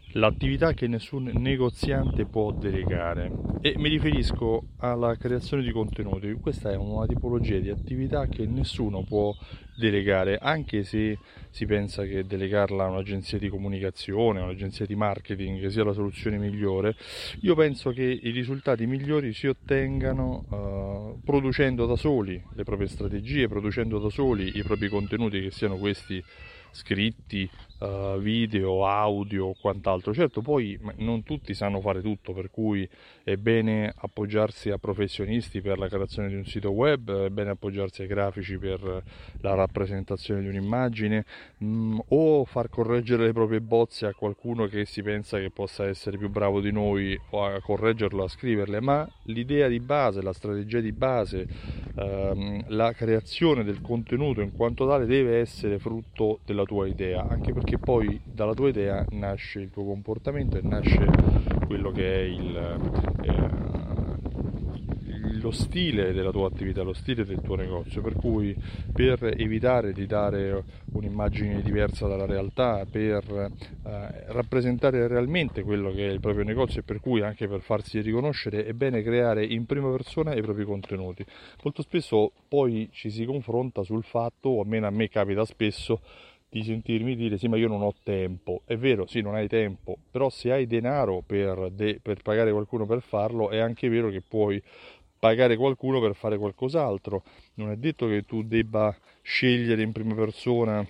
L'attività che nessun negoziante può delegare, e mi riferisco alla creazione di contenuti. Questa è una tipologia di attività che nessuno può delegare, anche se si pensa che delegarla a un'agenzia di comunicazione, a un'agenzia di marketing sia la soluzione migliore. Io penso che i risultati migliori si ottengano producendo da soli le proprie strategie, producendo da soli i propri contenuti, che siano questi scritti, video, audio o quant'altro. Certo, poi non tutti sanno fare tutto, per cui è bene appoggiarsi a professionisti per la creazione di un sito web, è bene appoggiarsi ai grafici per la rappresentazione di un'immagine, o far correggere le proprie bozze a qualcuno che si pensa che possa essere più bravo di noi, o a correggerlo, a scriverle. Ma l'idea di base, la strategia di base, la creazione del contenuto in quanto tale deve essere frutto della tua idea, anche perché poi dalla tua idea nasce il tuo comportamento e nasce quello che è lo stile della tua attività, lo stile del tuo negozio. Per cui, per evitare di dare un'immagine diversa dalla realtà, per rappresentare realmente quello che è il proprio negozio, e per cui anche per farsi riconoscere, è bene creare in prima persona i propri contenuti. Molto spesso poi ci si confronta sul fatto, o almeno a me capita spesso, di sentirmi dire: sì, ma io non ho tempo. È vero, sì, non hai tempo, però se hai denaro per pagare qualcuno per farlo, è anche vero che puoi pagare qualcuno per fare qualcos'altro. Non è detto che tu debba scegliere in prima persona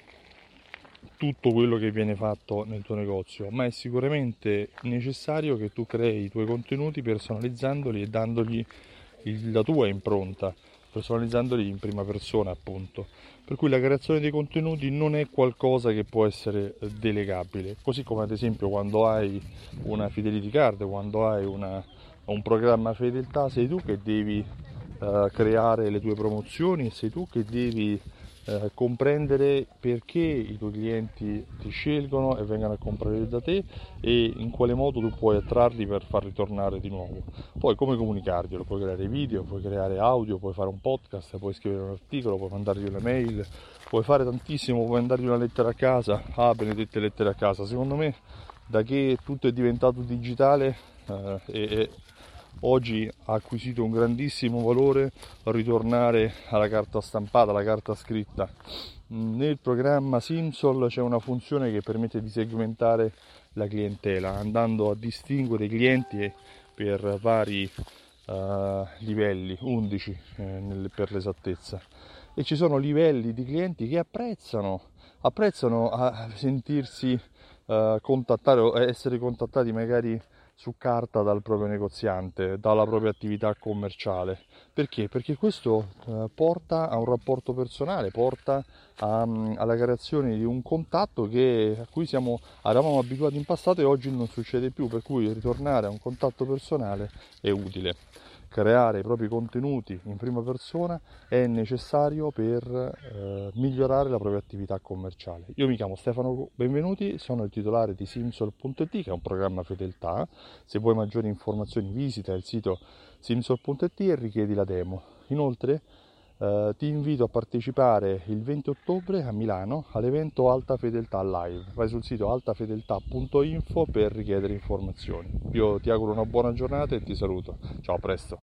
tutto quello che viene fatto nel tuo negozio, ma è sicuramente necessario che tu crei i tuoi contenuti personalizzandoli e dandogli la tua impronta, personalizzandoli in prima persona, appunto. Per cui la creazione dei contenuti non è qualcosa che può essere delegabile, così come ad esempio quando hai una fidelity card, quando hai un programma fedeltà, sei tu che devi creare le tue promozioni, e sei tu che devi comprendere perché i tuoi clienti ti scelgono e vengono a comprare da te, e in quale modo tu puoi attrarli per farli tornare di nuovo. Poi come comunicarglielo? Puoi creare video, puoi creare audio, puoi fare un podcast, puoi scrivere un articolo, puoi mandargli una mail, puoi fare tantissimo, puoi mandargli una lettera a casa. Ah, benedette lettere a casa. Secondo me, da che tutto è diventato digitale, e oggi ha acquisito un grandissimo valore ritornare alla carta stampata, alla carta scritta. Nel programma Simsol c'è una funzione che permette di segmentare la clientela, andando a distinguere i clienti per vari livelli, 11 per l'esattezza. E ci sono livelli di clienti che apprezzano a sentirsi contattare o essere contattati magari su carta dal proprio negoziante, dalla propria attività commerciale. Perché? Perché questo porta a un rapporto personale, porta alla creazione di un contatto a cui eravamo abituati in passato e oggi non succede più, per cui ritornare a un contatto personale è utile. Creare i propri contenuti in prima persona è necessario per migliorare la propria attività commerciale. Io mi chiamo Stefano Benvenuti, sono il titolare di Simsol.it, che è un programma fedeltà. Se vuoi maggiori informazioni visita il sito simsol.it e richiedi la demo. Inoltre ti invito a partecipare il 20 ottobre a Milano all'evento Alta Fedeltà Live. Vai sul sito altafedeltà.info per richiedere informazioni. Io ti auguro una buona giornata e ti saluto. Ciao, a presto.